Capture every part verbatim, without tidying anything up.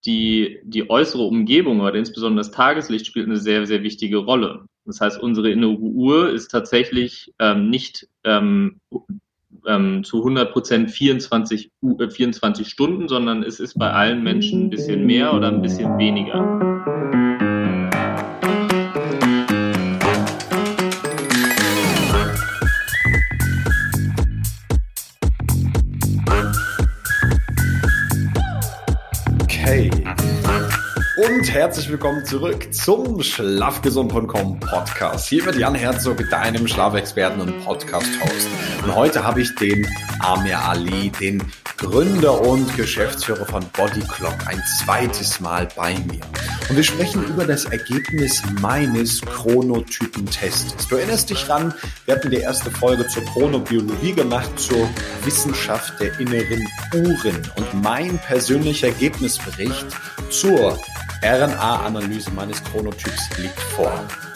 die, die äußere Umgebung oder insbesondere das Tageslicht spielt eine sehr, sehr wichtige Rolle. Das heißt, unsere innere Uhr ist tatsächlich ähm, nicht ähm, ähm, zu hundert Prozent vierundzwanzig, äh, vierundzwanzig Stunden, sondern es ist bei allen Menschen ein bisschen mehr oder ein bisschen weniger. Okay. Und herzlich willkommen zurück zum schlafgesund punkt com Podcast. Hier wird Jan Herzog, deinem Schlafexperten und Podcast-Host. Und heute habe ich den Amir Ali, den Gründer und Geschäftsführer von BodyClock, ein zweites Mal bei mir. Und wir sprechen über das Ergebnis meines Chronotypen-Tests. Du erinnerst dich ran, wir hatten die erste Folge zur Chronobiologie gemacht, zur Wissenschaft der inneren Uhren. Und mein persönlicher Ergebnisbericht zur R N A-Analyse meines Chronotyps liegt vor.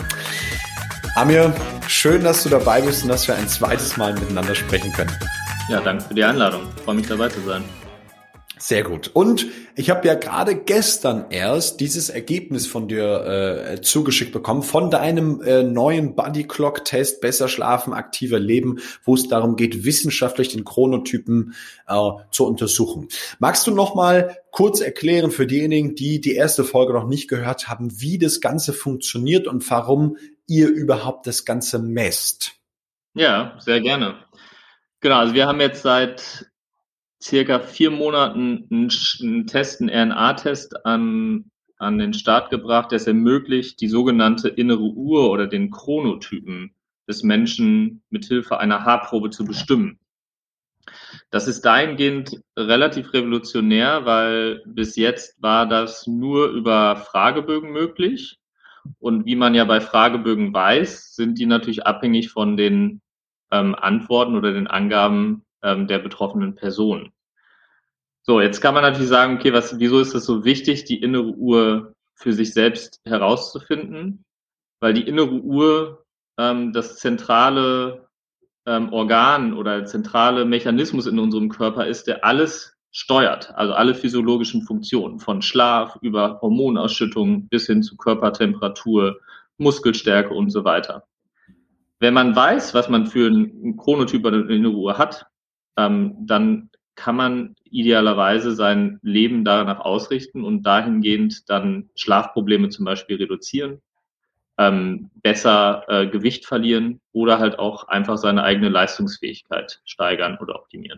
Amir, schön, dass du dabei bist und dass wir ein zweites Mal miteinander sprechen können. Ja, danke für die Einladung. Ich freue mich, dabei zu sein. Sehr gut. Und ich habe ja gerade gestern erst dieses Ergebnis von dir äh, zugeschickt bekommen, von deinem äh, neuen BodyClock-Test Besser schlafen, aktiver leben, wo es darum geht, wissenschaftlich den Chronotypen äh, zu untersuchen. Magst du noch mal kurz erklären für diejenigen, die die erste Folge noch nicht gehört haben, wie das Ganze funktioniert und warum ihr überhaupt das Ganze messt? Ja, sehr gerne. Genau, also wir haben jetzt seit circa vier Monaten einen, einen Test, einen R N A-Test an, an den Start gebracht, der es ermöglicht, die sogenannte innere Uhr oder den Chronotypen des Menschen mithilfe einer Haarprobe zu bestimmen. Das ist dahingehend relativ revolutionär, weil bis jetzt war das nur über Fragebögen möglich. Und wie man ja bei Fragebögen weiß, sind die natürlich abhängig von den ähm, Antworten oder den Angaben ähm, der betroffenen Person. So, jetzt kann man natürlich sagen, okay, was, wieso ist es so wichtig, die innere Uhr für sich selbst herauszufinden? Weil die innere Uhr ähm, das zentrale ähm, Organ oder zentrale Mechanismus in unserem Körper ist, der alles steuert, also alle physiologischen Funktionen, von Schlaf über Hormonausschüttung bis hin zu Körpertemperatur, Muskelstärke und so weiter. Wenn man weiß, was man für einen Chronotyp oder eine innere Uhr hat, ähm, dann kann man idealerweise sein Leben danach ausrichten und dahingehend dann Schlafprobleme zum Beispiel reduzieren, ähm, besser äh, Gewicht verlieren oder halt auch einfach seine eigene Leistungsfähigkeit steigern oder optimieren.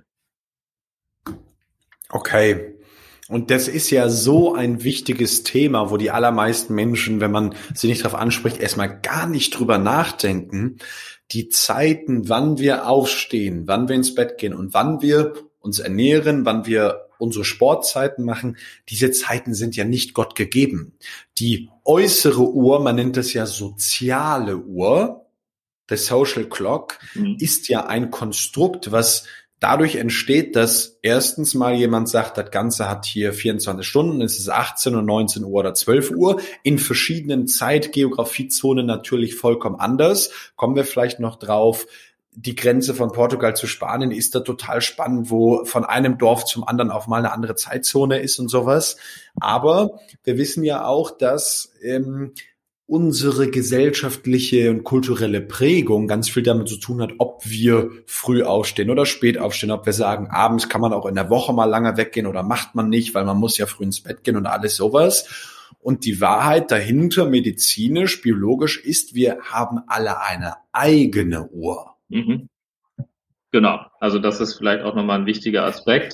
Okay. Und das ist ja so ein wichtiges Thema, wo die allermeisten Menschen, wenn man sie nicht darauf anspricht, erstmal gar nicht drüber nachdenken. Die Zeiten, wann wir aufstehen, wann wir ins Bett gehen und wann wir uns ernähren, wann wir unsere Sportzeiten machen, diese Zeiten sind ja nicht Gott gegeben. Die äußere Uhr, man nennt das ja soziale Uhr, the social clock, mhm. ist ja ein Konstrukt, was dadurch entsteht, dass erstens mal jemand sagt, das Ganze hat hier vierundzwanzig Stunden, es ist achtzehn Uhr, neunzehn Uhr oder zwölf Uhr, in verschiedenen Zeitgeografiezonen natürlich vollkommen anders. Kommen wir vielleicht noch drauf. Die Grenze von Portugal zu Spanien ist da total spannend, wo von einem Dorf zum anderen auf mal eine andere Zeitzone ist und sowas. Aber wir wissen ja auch, dass ähm, unsere gesellschaftliche und kulturelle Prägung ganz viel damit zu tun hat, ob wir früh aufstehen oder spät aufstehen, ob wir sagen, abends kann man auch in der Woche mal lange weggehen oder macht man nicht, weil man muss ja früh ins Bett gehen und alles sowas. Und die Wahrheit dahinter, medizinisch, biologisch, ist, wir haben alle eine eigene Uhr. Mhm. Genau, also das ist vielleicht auch nochmal ein wichtiger Aspekt.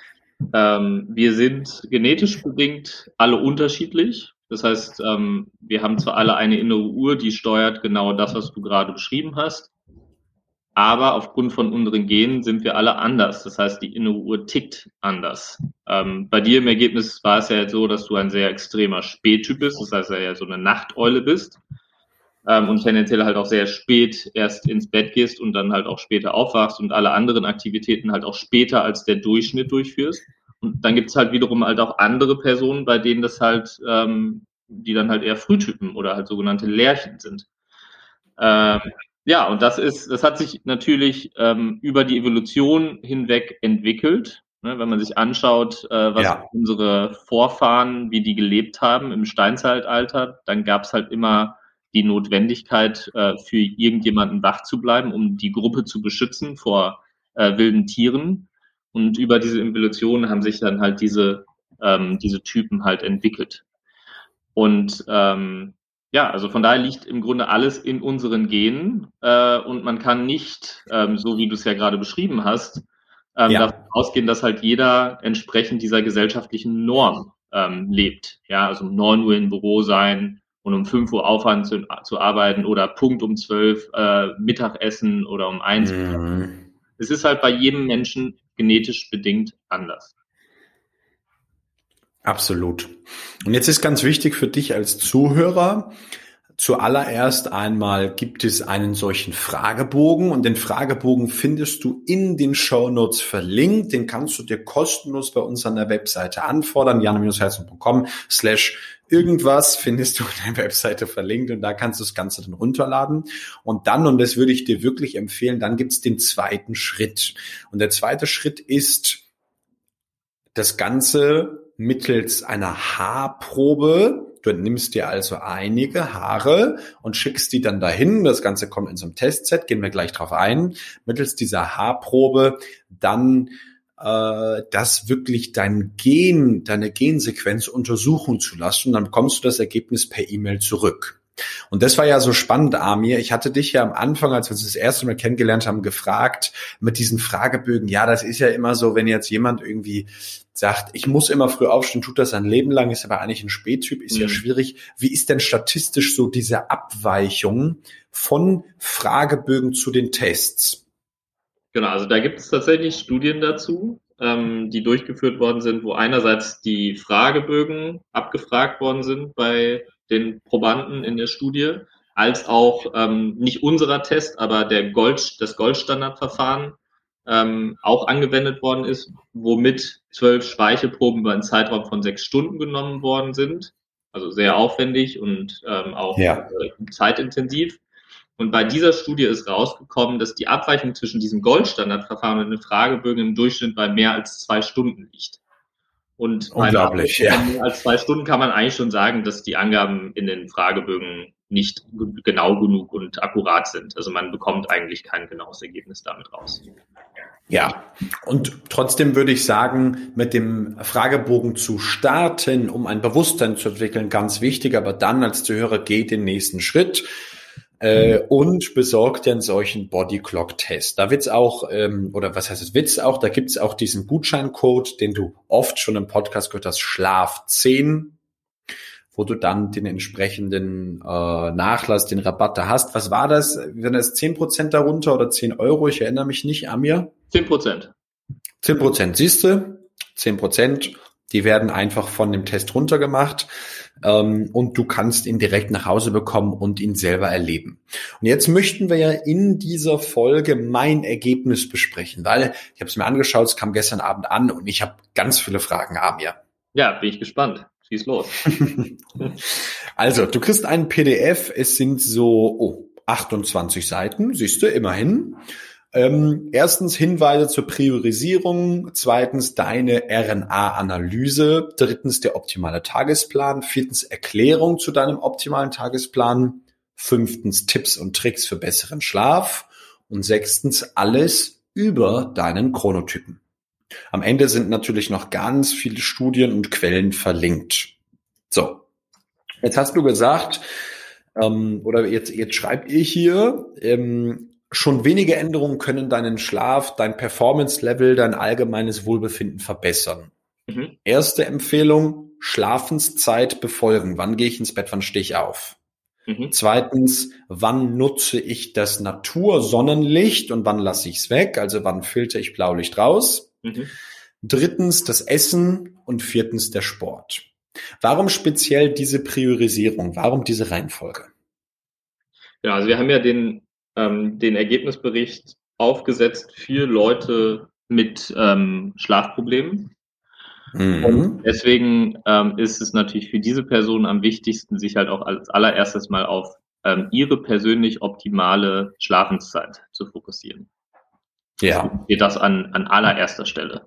Ähm, wir sind genetisch bedingt alle unterschiedlich. Das heißt, ähm, wir haben zwar alle eine innere Uhr, die steuert genau das, was du gerade beschrieben hast, aber aufgrund von unseren Genen sind wir alle anders. Das heißt, die innere Uhr tickt anders. Ähm, bei dir im Ergebnis war es ja jetzt so, dass du ein sehr extremer Spättyp bist, das heißt, ja so eine Nachteule bist. Ähm, und tendenziell halt auch sehr spät erst ins Bett gehst und dann halt auch später aufwachst und alle anderen Aktivitäten halt auch später als der Durchschnitt durchführst. Und dann gibt es halt wiederum halt auch andere Personen, bei denen das halt, ähm, die dann halt eher Frühtypen oder halt sogenannte Lerchen sind. Ähm, ja, und das ist, das hat sich natürlich ähm, über die Evolution hinweg entwickelt. Ne, wenn man sich anschaut, äh, was Ja. unsere Vorfahren, wie die gelebt haben im Steinzeitalter, dann gab es halt immer die Notwendigkeit, äh, für irgendjemanden wach zu bleiben, um die Gruppe zu beschützen vor äh, wilden Tieren. Und über diese Evolution haben sich dann halt diese, ähm, diese Typen halt entwickelt. Und ähm, ja, also von daher liegt im Grunde alles in unseren Genen äh, und man kann nicht, ähm, so wie du es ja gerade beschrieben hast, ähm, Ja. davon ausgehen, dass halt jeder entsprechend dieser gesellschaftlichen Norm ähm, lebt. Ja, also um neun Uhr im Büro sein und um fünf Uhr aufhören zu, zu arbeiten oder Punkt um zwölf äh, Mittagessen oder um eins. Mhm. Es ist halt bei jedem Menschen genetisch bedingt anders. Absolut. Und jetzt ist ganz wichtig für dich als Zuhörer, zuallererst einmal gibt es einen solchen Fragebogen und den Fragebogen findest du in den Shownotes verlinkt. Den kannst du dir kostenlos bei uns an der Webseite anfordern. jan-herzog punkt com slash irgendwas findest du an der Webseite verlinkt und da kannst du das Ganze dann runterladen. Und dann, und das würde ich dir wirklich empfehlen, dann gibt es den zweiten Schritt. Und der zweite Schritt ist das Ganze mittels einer Haarprobe. Du nimmst dir also einige Haare und schickst die dann dahin. Das Ganze kommt in so einem Testset, gehen wir gleich drauf ein. Mittels dieser Haarprobe dann äh, das wirklich dein Gen, deine Gensequenz untersuchen zu lassen. Und dann bekommst du das Ergebnis per E-Mail zurück. Und das war ja so spannend, Amir. Ich hatte dich ja am Anfang, als wir uns das erste Mal kennengelernt haben, gefragt mit diesen Fragebögen. Ja, das ist ja immer so, wenn jetzt jemand irgendwie sagt, ich muss immer früh aufstehen, tut das sein Leben lang, ist aber eigentlich ein Spättyp, ist mhm. ja schwierig. Wie ist denn statistisch so diese Abweichung von Fragebögen zu den Tests? Genau, also da gibt es tatsächlich Studien dazu, ähm, die durchgeführt worden sind, wo einerseits die Fragebögen abgefragt worden sind bei den Probanden in der Studie, als auch ähm, nicht unserer Test, aber der Gold, das Goldstandardverfahren ähm, auch angewendet worden ist, womit zwölf Speichelproben über einen Zeitraum von sechs Stunden genommen worden sind. Also sehr aufwendig und ähm, auch ja. äh, zeitintensiv. Und bei dieser Studie ist rausgekommen, dass die Abweichung zwischen diesem Goldstandardverfahren und den Fragebögen im Durchschnitt bei mehr als zwei Stunden liegt. Und unglaublich, ja. Mehr als zwei Stunden kann man eigentlich schon sagen, dass die Angaben in den Fragebögen nicht genau genug und akkurat sind. Also man bekommt eigentlich kein genaues Ergebnis damit raus. Ja, und trotzdem würde ich sagen, mit dem Fragebogen zu starten, um ein Bewusstsein zu entwickeln, ganz wichtig, aber dann als Zuhörer geht den nächsten Schritt. Äh, und besorgt dir einen solchen Body Clock Test. Da wird's auch, ähm, oder was heißt es, wird's auch, da gibt's auch diesen Gutscheincode, den du oft schon im Podcast gehört hast, Schlaf zehn, wo du dann den entsprechenden äh, Nachlass, den Rabatt da hast. Was war das? Wenn das zehn Prozent darunter oder zehn Euro? Ich erinnere mich nicht, Amir. zehn Prozent. zehn Prozent, siehst du? zehn Prozent, die werden einfach von dem Test runtergemacht. Ähm, und du kannst ihn direkt nach Hause bekommen und ihn selber erleben. Und jetzt möchten wir ja in dieser Folge mein Ergebnis besprechen, weil ich habe es mir angeschaut, es kam gestern Abend an und ich habe ganz viele Fragen, Amir. Ja, bin ich gespannt. Schieß los. Also, du kriegst einen P D F, es sind so oh, achtundzwanzig Seiten, siehst du, immerhin. Ähm, erstens Hinweise zur Priorisierung, zweitens deine R N A-Analyse, drittens der optimale Tagesplan, viertens Erklärung zu deinem optimalen Tagesplan, fünftens Tipps und Tricks für besseren Schlaf und sechstens alles über deinen Chronotypen. Am Ende sind natürlich noch ganz viele Studien und Quellen verlinkt. So, jetzt hast du gesagt, ähm, oder jetzt, jetzt schreibt ihr hier, ähm, schon wenige Änderungen können deinen Schlaf, dein Performance-Level, dein allgemeines Wohlbefinden verbessern. Mhm. Erste Empfehlung, Schlafenszeit befolgen. Wann gehe ich ins Bett, wann stehe ich auf? Mhm. Zweitens, wann nutze ich das Natursonnenlicht und wann lasse ich es weg? Also wann filter ich Blaulicht raus? Mhm. Drittens, das Essen und viertens, der Sport. Warum speziell diese Priorisierung? Warum diese Reihenfolge? Ja, also wir haben ja den den Ergebnisbericht aufgesetzt für Leute mit ähm, Schlafproblemen. Mhm. Und deswegen ähm, ist es natürlich für diese Personen am wichtigsten, sich halt auch als allererstes mal auf ähm, ihre persönlich optimale Schlafenszeit zu fokussieren. Ja. Geht das an, an allererster Stelle.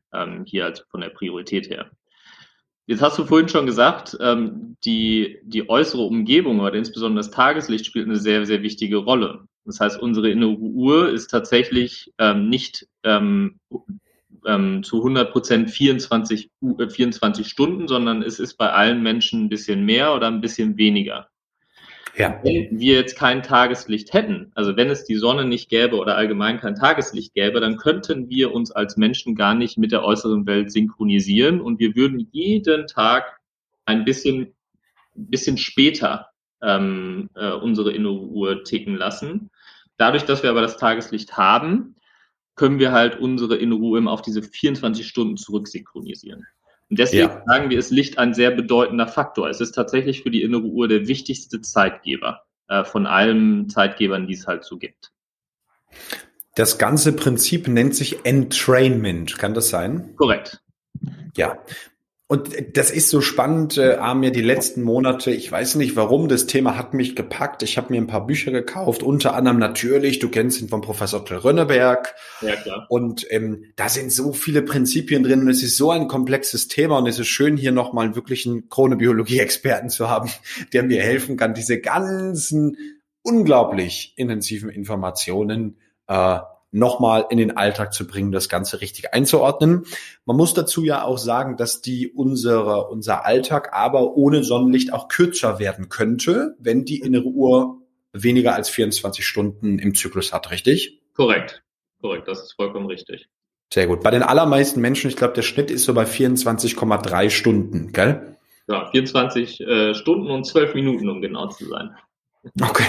ähm, hier als von der Priorität her. Jetzt hast du vorhin schon gesagt, ähm, die, die äußere Umgebung oder insbesondere das Tageslicht spielt eine sehr, sehr wichtige Rolle. Das heißt, unsere innere Uhr ist tatsächlich ähm, nicht ähm, ähm, zu hundert Prozent vierundzwanzig, äh, vierundzwanzig Stunden, sondern es ist bei allen Menschen ein bisschen mehr oder ein bisschen weniger. Ja. Wenn wir jetzt kein Tageslicht hätten, also wenn es die Sonne nicht gäbe oder allgemein kein Tageslicht gäbe, dann könnten wir uns als Menschen gar nicht mit der äußeren Welt synchronisieren und wir würden jeden Tag ein bisschen, bisschen später ähm, äh, unsere innere Uhr ticken lassen. Dadurch, dass wir aber das Tageslicht haben, können wir halt unsere innere Uhr immer auf diese vierundzwanzig Stunden zurücksynchronisieren. Und deswegen Ja. sagen wir, ist Licht ein sehr bedeutender Faktor. Es ist tatsächlich für die innere Uhr der wichtigste Zeitgeber äh, von allen Zeitgebern, die es halt so gibt. Das ganze Prinzip nennt sich Entrainment. Kann das sein? Korrekt. Ja. Und das ist so spannend, äh, Amir, die letzten Monate, ich weiß nicht warum, das Thema hat mich gepackt. Ich habe mir ein paar Bücher gekauft, unter anderem natürlich, du kennst ihn von Professor Till Rönneberg. Ja, klar. Und ähm, da sind so viele Prinzipien drin und es ist so ein komplexes Thema und es ist schön, hier nochmal wirklich einen Chronobiologie-Experten zu haben, der mir helfen kann, diese ganzen unglaublich intensiven Informationen äh, nochmal in den Alltag zu bringen, das Ganze richtig einzuordnen. Man muss dazu ja auch sagen, dass die unsere, unser Alltag aber ohne Sonnenlicht auch kürzer werden könnte, wenn die innere Uhr weniger als vierundzwanzig Stunden im Zyklus hat, richtig? Korrekt. Korrekt, das ist vollkommen richtig. Sehr gut. Bei den allermeisten Menschen, ich glaube, der Schnitt ist so bei vierundzwanzig Komma drei Stunden, gell? Ja, vierundzwanzig äh, Stunden und zwölf Minuten, um genau zu sein. Okay.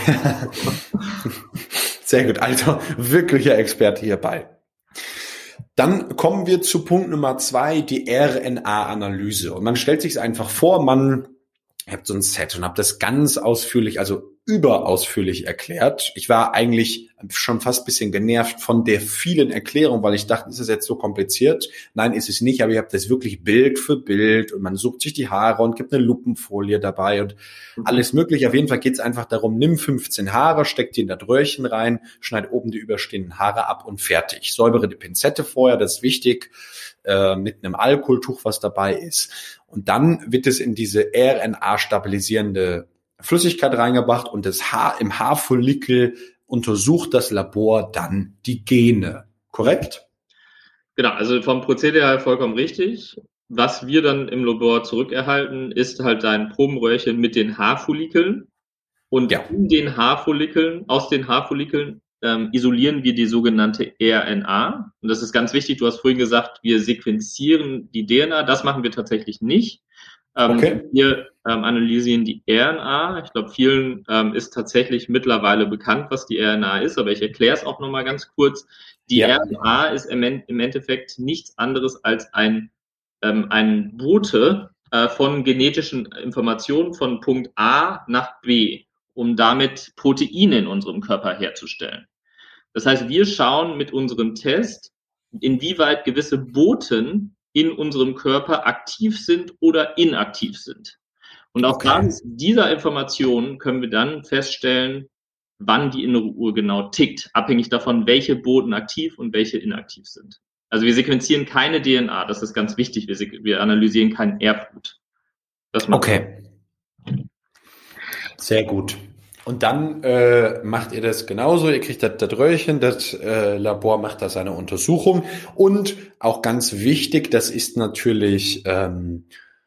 Sehr gut, also wirklicher Experte hierbei. Dann kommen wir zu Punkt Nummer zwei, die R N A-Analyse. Und man stellt sich es einfach vor, man habt so ein Set und habt das ganz ausführlich, also überausführlich erklärt. Ich war eigentlich schon fast ein bisschen genervt von der vielen Erklärung, weil ich dachte, ist das jetzt so kompliziert? Nein, ist es nicht, aber ihr habt das wirklich Bild für Bild und man sucht sich die Haare und gibt eine Lupenfolie dabei und alles mögliche. Auf jeden Fall geht es einfach darum, nimm fünfzehn Haare, steck die in das Röhrchen rein, schneid oben die überstehenden Haare ab und fertig. Säubere die Pinzette vorher, das ist wichtig, äh, mit einem Alkoholtuch, was dabei ist. Und dann wird es in diese R N A-stabilisierende Flüssigkeit reingebracht und das Haar im Haarfollikel untersucht das Labor dann die Gene. Korrekt? Genau, also vom Prozedere her vollkommen richtig. Was wir dann im Labor zurückerhalten, ist halt ein Probenröhrchen mit den Haarfollikeln. Und Ja. in den Haarfollikeln, aus den Haarfollikeln ähm, isolieren wir die sogenannte R N A. Und das ist ganz wichtig. Du hast vorhin gesagt, wir sequenzieren die D N A. Das machen wir tatsächlich nicht. Ähm, Okay. Wir ähm, analysieren die R N A. Ich glaube, vielen ähm, ist tatsächlich mittlerweile bekannt, was die R N A ist, aber ich erkläre es auch nochmal ganz kurz. Die Ja. R N A ist im, im Endeffekt nichts anderes als ein, ähm, ein Bote äh, von genetischen Informationen von Punkt A nach B, um damit Proteine in unserem Körper herzustellen. Das heißt, wir schauen mit unserem Test, inwieweit gewisse Boten in unserem Körper aktiv sind oder inaktiv sind. Und auf Okay. Basis dieser Informationen können wir dann feststellen, wann die innere Uhr genau tickt, abhängig davon, welche Boten aktiv und welche inaktiv sind. Also wir sequenzieren keine D N A, das ist ganz wichtig, wir, wir analysieren kein Erbgut. Das macht Okay. Sehr gut. Und dann äh, macht ihr das genauso, ihr kriegt das, das Röhrchen, das äh, Labor macht da seine Untersuchung und auch ganz wichtig, das ist natürlich ähm,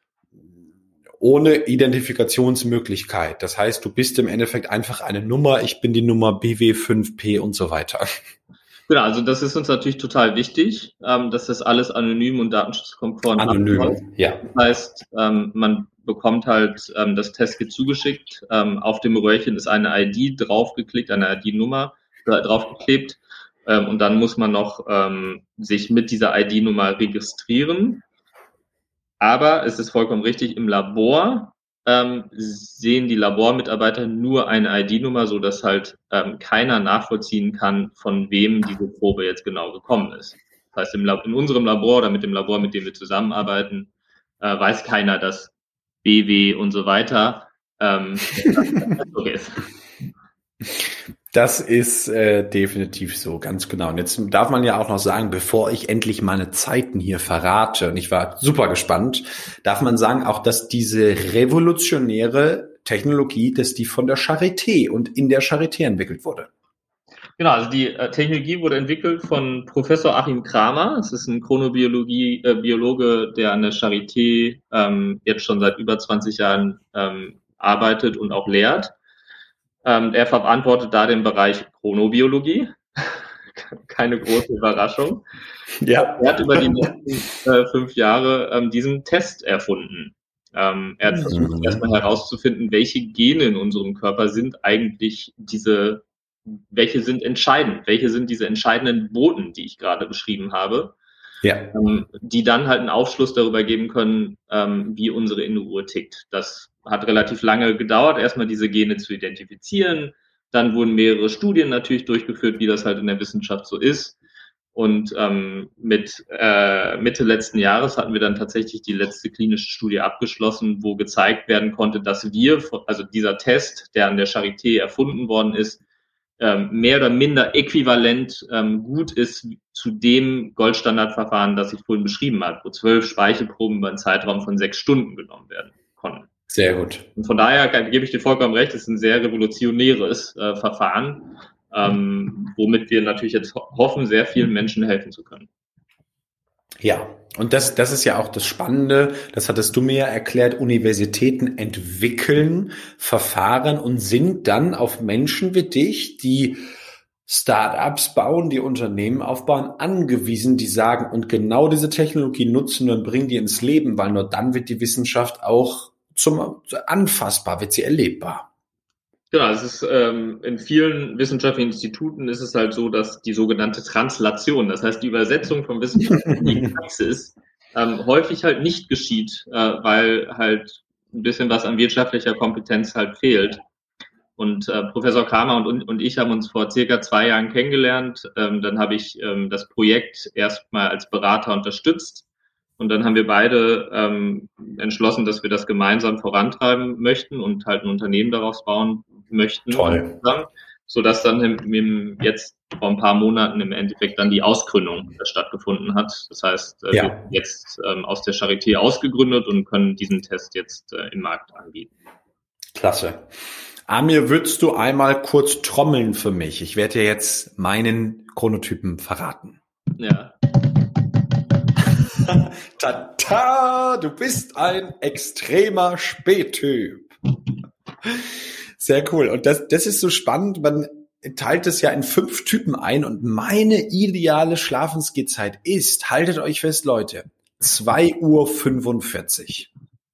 ohne Identifikationsmöglichkeit. Das heißt, du bist im Endeffekt einfach eine Nummer, ich bin die Nummer B W fünf P und so weiter. Genau, also das ist uns natürlich total wichtig, ähm, dass das alles anonym und datenschutzkonform abläuft. Anonym, ja. Das heißt, ähm, man bekommt halt ähm, das Testkit zugeschickt. Ähm, auf dem Röhrchen ist eine I D draufgeklickt, eine I D-Nummer äh, draufgeklebt. Ähm, und dann muss man noch ähm, sich mit dieser I D-Nummer registrieren. Aber es ist vollkommen richtig, im Labor ähm, sehen die Labormitarbeiter nur eine I D-Nummer, so dass halt ähm, keiner nachvollziehen kann, von wem diese Probe jetzt genau gekommen ist. Das heißt, im Lab- in unserem Labor oder mit dem Labor, mit dem wir zusammenarbeiten, äh, weiß keiner, dass B W und so weiter ähm, okay ist. Das ist äh, definitiv so, ganz genau. Und jetzt darf man ja auch noch sagen, bevor ich endlich meine Zeiten hier verrate, und ich war super gespannt, darf man sagen auch, dass diese revolutionäre Technologie, dass die von der Charité und in der Charité entwickelt wurde. Genau, also die äh, Technologie wurde entwickelt von Professor Achim Kramer. Das ist ein Chronobiologie, äh, Biologe, der an der Charité ähm, jetzt schon seit über zwanzig Jahren ähm, arbeitet und auch lehrt. Ähm, er verantwortet da den Bereich Chronobiologie. Keine große Überraschung. Ja. Er hat über die letzten äh, fünf Jahre ähm, diesen Test erfunden. Ähm, er hat versucht, Mhm. erstmal herauszufinden, welche Gene in unserem Körper sind eigentlich diese, welche sind entscheidend, welche sind diese entscheidenden Boten, die ich gerade beschrieben habe, Ja. ähm, die dann halt einen Aufschluss darüber geben können, ähm, wie unsere innere Uhr tickt. Das hat relativ lange gedauert, erstmal diese Gene zu identifizieren. Dann wurden mehrere Studien natürlich durchgeführt, wie das halt in der Wissenschaft so ist. Und ähm, mit äh, Mitte letzten Jahres hatten wir dann tatsächlich die letzte klinische Studie abgeschlossen, wo gezeigt werden konnte, dass wir, also dieser Test, der an der Charité erfunden worden ist, ähm, mehr oder minder äquivalent ähm, gut ist zu dem Goldstandardverfahren, das ich vorhin beschrieben habe, wo zwölf Speichelproben über einen Zeitraum von sechs Stunden genommen werden konnten. Sehr gut. Und von daher gebe ich dir vollkommen recht, es ist ein sehr revolutionäres äh, Verfahren, ähm, womit wir natürlich jetzt ho- hoffen, sehr vielen Menschen helfen zu können. Ja, und das, das ist ja auch das Spannende, das hattest du mir ja erklärt, Universitäten entwickeln Verfahren und sind dann auf Menschen wie dich, die Start-ups bauen, die Unternehmen aufbauen, angewiesen, die sagen, und genau diese Technologie nutzen und bringen die ins Leben, weil nur dann wird die Wissenschaft auch zum anfassbar, wird sie erlebbar. Genau, es ist ähm, in vielen wissenschaftlichen Instituten ist es halt so, dass die sogenannte Translation, das heißt die Übersetzung von Wissenschaft in die Praxis, ähm, häufig halt nicht geschieht, äh, weil halt ein bisschen was an wirtschaftlicher Kompetenz halt fehlt. Und äh, Professor Kramer und, und ich haben uns vor circa zwei Jahren kennengelernt. Ähm, dann habe ich ähm, das Projekt erstmal als Berater unterstützt. Und dann haben wir beide ähm, entschlossen, dass wir das gemeinsam vorantreiben möchten und halt ein Unternehmen daraus bauen möchten. Toll. Zusammen, sodass dann im, im, jetzt vor ein paar Monaten im Endeffekt dann die Ausgründung stattgefunden hat. Das heißt, äh, Ja. wir sind jetzt ähm, aus der Charité ausgegründet und können diesen Test jetzt äh, im Markt anbieten. Klasse. Amir, würdest du einmal kurz trommeln für mich? Ich werde dir jetzt meinen Chronotypen verraten. Ja. Tata, du bist ein extremer Spättyp. Sehr cool. Und das, das ist so spannend. Man teilt es ja in fünf Typen ein und meine ideale Schlafensgehzeit ist, haltet euch fest, Leute, zwei Uhr fünfundvierzig.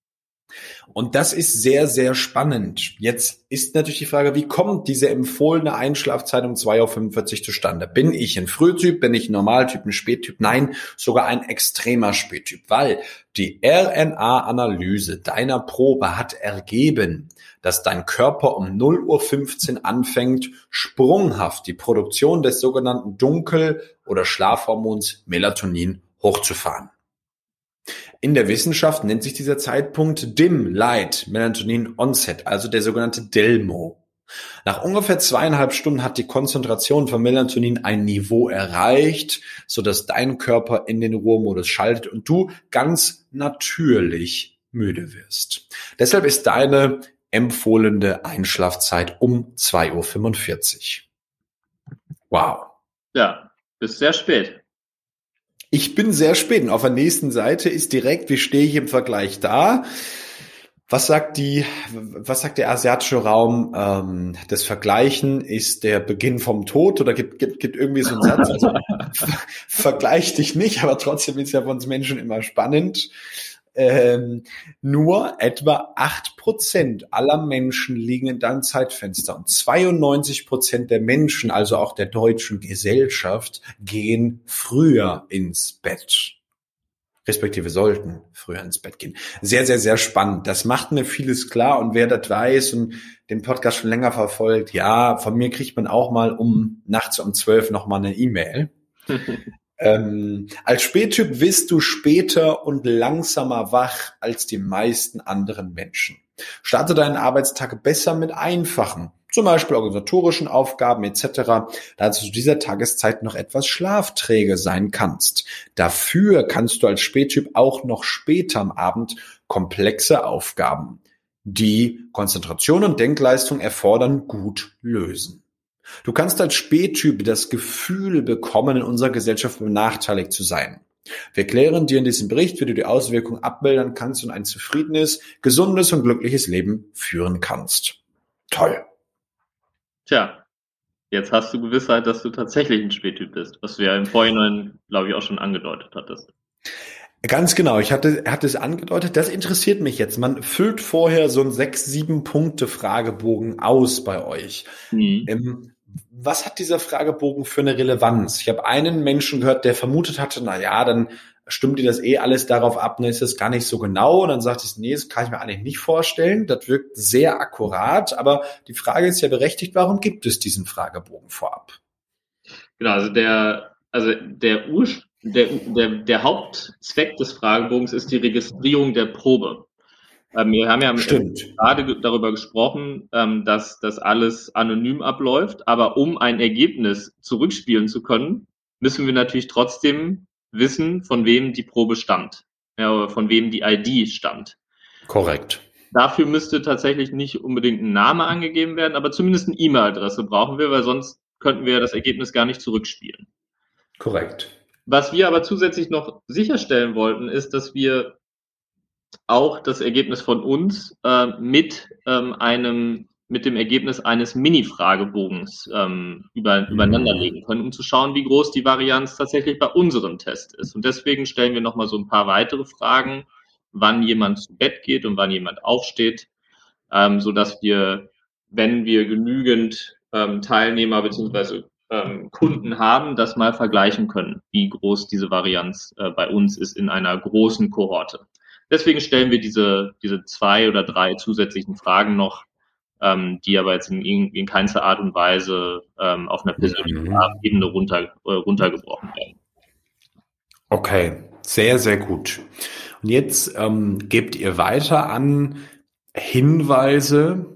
Und das ist sehr, sehr spannend. Jetzt ist natürlich die Frage, wie kommt diese empfohlene Einschlafzeit um zwei Uhr fünfundvierzig zustande? Bin ich ein Frühtyp, bin ich ein Normaltyp, ein Spättyp? Nein, sogar ein extremer Spättyp, weil die R N A-Analyse deiner Probe hat ergeben, dass dein Körper um null Uhr fünfzehn anfängt, sprunghaft die Produktion des sogenannten Dunkel- oder Schlafhormons Melatonin hochzufahren. In der Wissenschaft nennt sich dieser Zeitpunkt Dim Light Melatonin Onset, also der sogenannte DELMO. Nach ungefähr zweieinhalb Stunden hat die Konzentration von Melatonin ein Niveau erreicht, sodass dein Körper in den Ruhemodus schaltet und du ganz natürlich müde wirst. Deshalb ist deine empfohlene Einschlafzeit um zwei Uhr fünfundvierzig. Wow. Ja, bis sehr spät. Ich bin sehr spät. Und auf der nächsten Seite ist direkt, wie stehe ich im Vergleich da? Was sagt die, was sagt der asiatische Raum? Ähm, das Vergleichen ist der Beginn vom Tod oder gibt, gibt, gibt irgendwie so einen Satz. Also, vergleich dich nicht, aber trotzdem ist ja für uns Menschen immer spannend. Ähm, nur etwa acht Prozent aller Menschen liegen in deinem Zeitfenster und zweiundneunzig Prozent der Menschen, also auch der deutschen Gesellschaft, gehen früher ins Bett. Respektive sollten früher ins Bett gehen. Sehr, sehr, sehr spannend. Das macht mir vieles klar und wer das weiß und den Podcast schon länger verfolgt, ja, von mir kriegt man auch mal um nachts um zwölf noch mal eine E-Mail. Ähm, als Spättyp wirst du später und langsamer wach als die meisten anderen Menschen. Starte deinen Arbeitstag besser mit einfachen, zum Beispiel organisatorischen Aufgaben et cetera, da du zu dieser Tageszeit noch etwas schlafträge sein kannst. Dafür kannst du als Spättyp auch noch später am Abend komplexe Aufgaben, die Konzentration und Denkleistung erfordern, gut lösen. Du kannst als Spättyp das Gefühl bekommen, in unserer Gesellschaft benachteiligt zu sein. Wir klären dir in diesem Bericht, wie du die Auswirkungen abmildern kannst und ein zufriedenes, gesundes und glückliches Leben führen kannst. Toll. Tja, jetzt hast du Gewissheit, dass du tatsächlich ein Spättyp bist, was du ja im Vorhinein, glaube ich, auch schon angedeutet hattest. Ganz genau, ich hatte, hatte es angedeutet, das interessiert mich jetzt. Man füllt vorher so einen sechs, sieben Punkte Fragebogen aus bei euch. Mhm. Ähm, was hat dieser Fragebogen für eine Relevanz? Ich habe einen Menschen gehört, der vermutet hatte, na ja, dann stimmt dir das eh alles darauf ab, ne, ist das gar nicht so genau. Und dann sagte ich, nee, das kann ich mir eigentlich nicht vorstellen. Das wirkt sehr akkurat, aber die Frage ist ja berechtigt, warum gibt es diesen Fragebogen vorab? Genau, also der, also der Ursprung, Der, der, der Hauptzweck des Fragebogens ist die Registrierung der Probe. Ähm, wir haben ja Stimmt. gerade darüber gesprochen, ähm, dass das alles anonym abläuft, aber um ein Ergebnis zurückspielen zu können, müssen wir natürlich trotzdem wissen, von wem die Probe stammt, ja, oder von wem die I D stammt. Korrekt. Dafür müsste tatsächlich nicht unbedingt ein Name angegeben werden, aber zumindest eine E-Mail-Adresse brauchen wir, weil sonst könnten wir das Ergebnis gar nicht zurückspielen. Korrekt. Was wir aber zusätzlich noch sicherstellen wollten, ist, dass wir auch das Ergebnis von uns äh, mit ähm, einem mit dem Ergebnis eines Mini-Fragebogens ähm, über, mhm. übereinander legen können, um zu schauen, wie groß die Varianz tatsächlich bei unserem Test ist. Und deswegen stellen wir nochmal so ein paar weitere Fragen, wann jemand zu Bett geht und wann jemand aufsteht, ähm, sodass wir, wenn wir genügend ähm, Teilnehmer bzw. Ähm, Kunden haben, das mal vergleichen können, wie groß diese Varianz äh, bei uns ist in einer großen Kohorte. Deswegen stellen wir diese, diese zwei oder drei zusätzlichen Fragen noch, ähm, die aber jetzt in, in keinster Art und Weise ähm, auf einer persönlichen mhm. Ebene runter, äh, runtergebrochen werden. Okay, sehr, sehr gut. Und jetzt ähm, gebt ihr weiter an Hinweise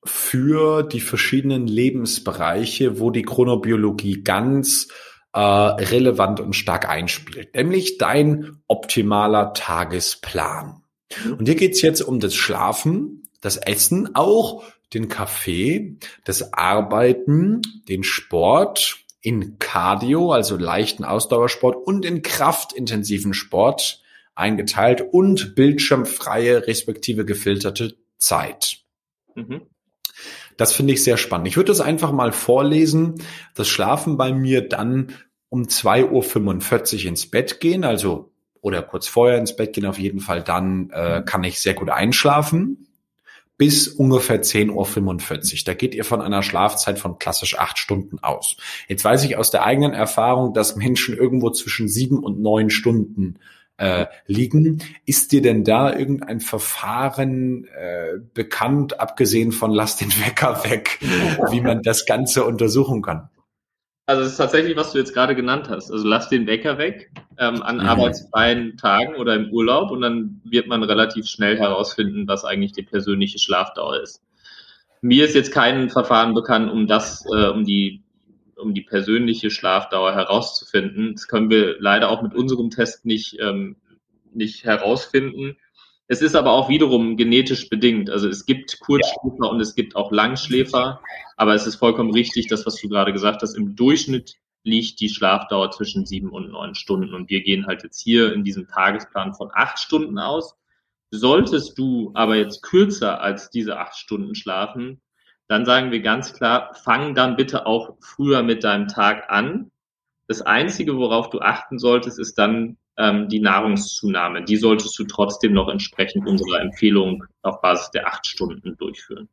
für die verschiedenen Lebensbereiche, wo die Chronobiologie ganz äh, relevant und stark einspielt, nämlich dein optimaler Tagesplan. Und hier geht's jetzt um das Schlafen, das Essen, auch den Kaffee, das Arbeiten, den Sport, in Cardio, also leichten Ausdauersport und in kraftintensiven Sport eingeteilt und bildschirmfreie respektive gefilterte Zeit. Mhm. Das finde ich sehr spannend. Ich würde das einfach mal vorlesen. Das Schlafen bei mir dann um zwei Uhr fünfundvierzig ins Bett gehen, also oder kurz vorher ins Bett gehen, auf jeden Fall dann äh, kann ich sehr gut einschlafen. Bis ungefähr zehn Uhr fünfundvierzig. Da geht ihr von einer Schlafzeit von klassisch acht Stunden aus. Jetzt weiß ich aus der eigenen Erfahrung, dass Menschen irgendwo zwischen sieben und neun Stunden äh, liegen. Ist dir denn da irgendein Verfahren äh, bekannt, abgesehen von lass den Wecker weg, wie man das Ganze untersuchen kann? Also es ist tatsächlich, was du jetzt gerade genannt hast. Also lass den Wecker weg ähm, an mhm. arbeitsfreien Tagen oder im Urlaub und dann wird man relativ schnell herausfinden, was eigentlich die persönliche Schlafdauer ist. Mir ist jetzt kein Verfahren bekannt, um das, äh, um die, um die persönliche Schlafdauer herauszufinden. Das können wir leider auch mit unserem Test nicht, ähm, nicht herausfinden. Es ist aber auch wiederum genetisch bedingt. Also es gibt Kurzschläfer ja. und es gibt auch Langschläfer. Aber es ist vollkommen richtig, das, was du gerade gesagt hast. Im Durchschnitt liegt die Schlafdauer zwischen sieben und neun Stunden. Und wir gehen halt jetzt hier in diesem Tagesplan von acht Stunden aus. Solltest du aber jetzt kürzer als diese acht Stunden schlafen, dann sagen wir ganz klar, fang dann bitte auch früher mit deinem Tag an. Das Einzige, worauf du achten solltest, ist dann ähm, die Nahrungszunahme. Die solltest du trotzdem noch entsprechend unserer Empfehlung auf Basis der acht Stunden durchführen.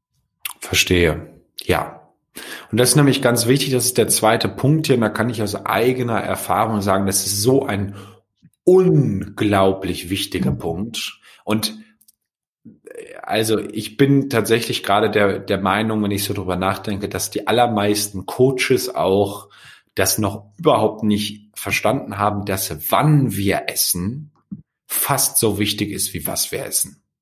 Verstehe. Ja. Und das ist nämlich ganz wichtig, das ist der zweite Punkt hier, und da kann ich aus eigener Erfahrung sagen, das ist so ein unglaublich wichtiger Punkt. Und also ich bin tatsächlich gerade der, der Meinung, wenn ich so drüber nachdenke, dass die allermeisten Coaches auch das noch überhaupt nicht verstanden haben, dass wann wir essen fast so wichtig ist, wie was wir essen.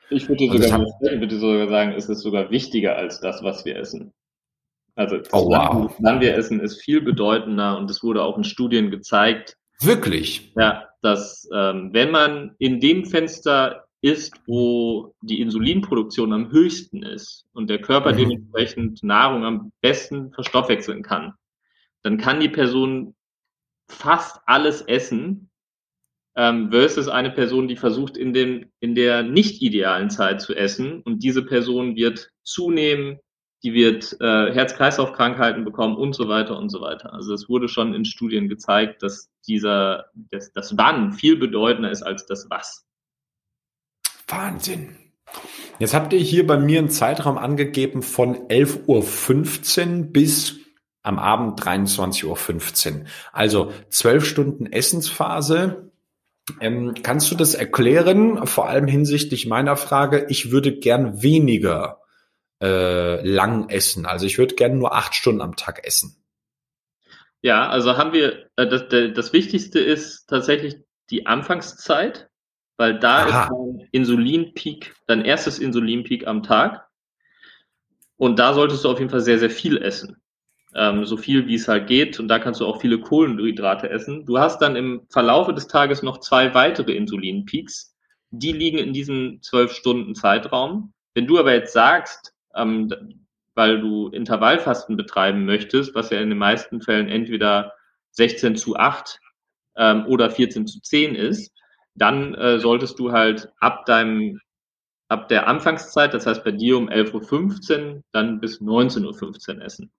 Ich würde Also ich sogar, hab, ich würde sogar sagen, es ist sogar wichtiger als das, was wir essen. Also das, oh wann, wow, wann wir essen, ist viel bedeutender und es wurde auch in Studien gezeigt, wirklich? ja, dass ähm, wenn man in dem Fenster ist, wo die Insulinproduktion am höchsten ist und der Körper Mhm. dementsprechend Nahrung am besten verstoffwechseln kann, dann kann die Person fast alles essen, ähm, versus eine Person, die versucht, in, den, in der nicht idealen Zeit zu essen. Und diese Person wird zunehmen, die wird äh, Herz-Kreislauf-Krankheiten bekommen und so weiter und so weiter. Also es wurde schon in Studien gezeigt, dass dieser, das, das Wann viel bedeutender ist als das Was. Wahnsinn. Jetzt habt ihr hier bei mir einen Zeitraum angegeben von elf Uhr fünfzehn bis am Abend dreiundzwanzig Uhr fünfzehn. Also zwölf Stunden Essensphase. Ähm, kannst du das erklären? Vor allem hinsichtlich meiner Frage, ich würde gern weniger äh, lang essen. Also ich würde gern nur acht Stunden am Tag essen. Ja, also haben wir, äh, das, das Wichtigste ist tatsächlich die Anfangszeit, weil da ist Aha. dein Insulinpeak, dein erstes Insulinpeak am Tag. Und da solltest du auf jeden Fall sehr, sehr viel essen. Ähm, so viel, wie es halt geht. Und da kannst du auch viele Kohlenhydrate essen. Du hast dann im Verlaufe des Tages noch zwei weitere Insulinpeaks. Die liegen in diesem zwölf Stunden Zeitraum. Wenn du aber jetzt sagst, ähm, weil du Intervallfasten betreiben möchtest, was ja in den meisten Fällen entweder sechzehn zu acht ähm, oder vierzehn zu zehn ist, dann äh, solltest du halt ab deinem ab der Anfangszeit, das heißt bei dir um elf Uhr fünfzehn, dann bis neunzehn Uhr fünfzehn essen.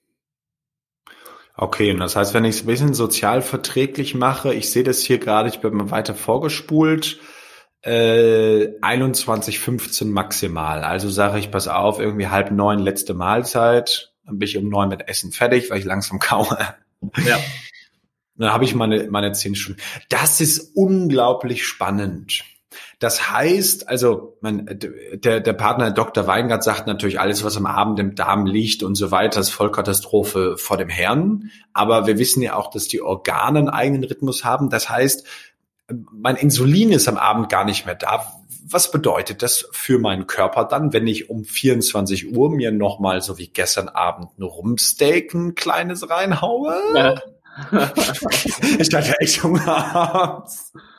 Okay, und das heißt, wenn ich es ein bisschen sozial verträglich mache, ich sehe das hier gerade, ich bin mal weiter vorgespult, äh, einundzwanzig Uhr fünfzehn maximal. Also sage ich, pass auf, irgendwie halb neun letzte Mahlzeit, dann bin ich um neun mit Essen fertig, weil ich langsam kaue. Ja. Dann habe ich meine, meine zehn Stunden. Das ist unglaublich spannend. Das heißt, also man, der, der Partner Doktor Weingart sagt natürlich, alles, was am Abend im Darm liegt und so weiter, ist Vollkatastrophe vor dem Herrn. Aber wir wissen ja auch, dass die Organe einen eigenen Rhythmus haben. Das heißt, mein Insulin ist am Abend gar nicht mehr da. Was bedeutet das für meinen Körper dann, wenn ich um vierundzwanzig Uhr mir nochmal, so wie gestern Abend, ein Rumpsteak, ein kleines reinhaue? Ja. Ich dachte echt Hunger.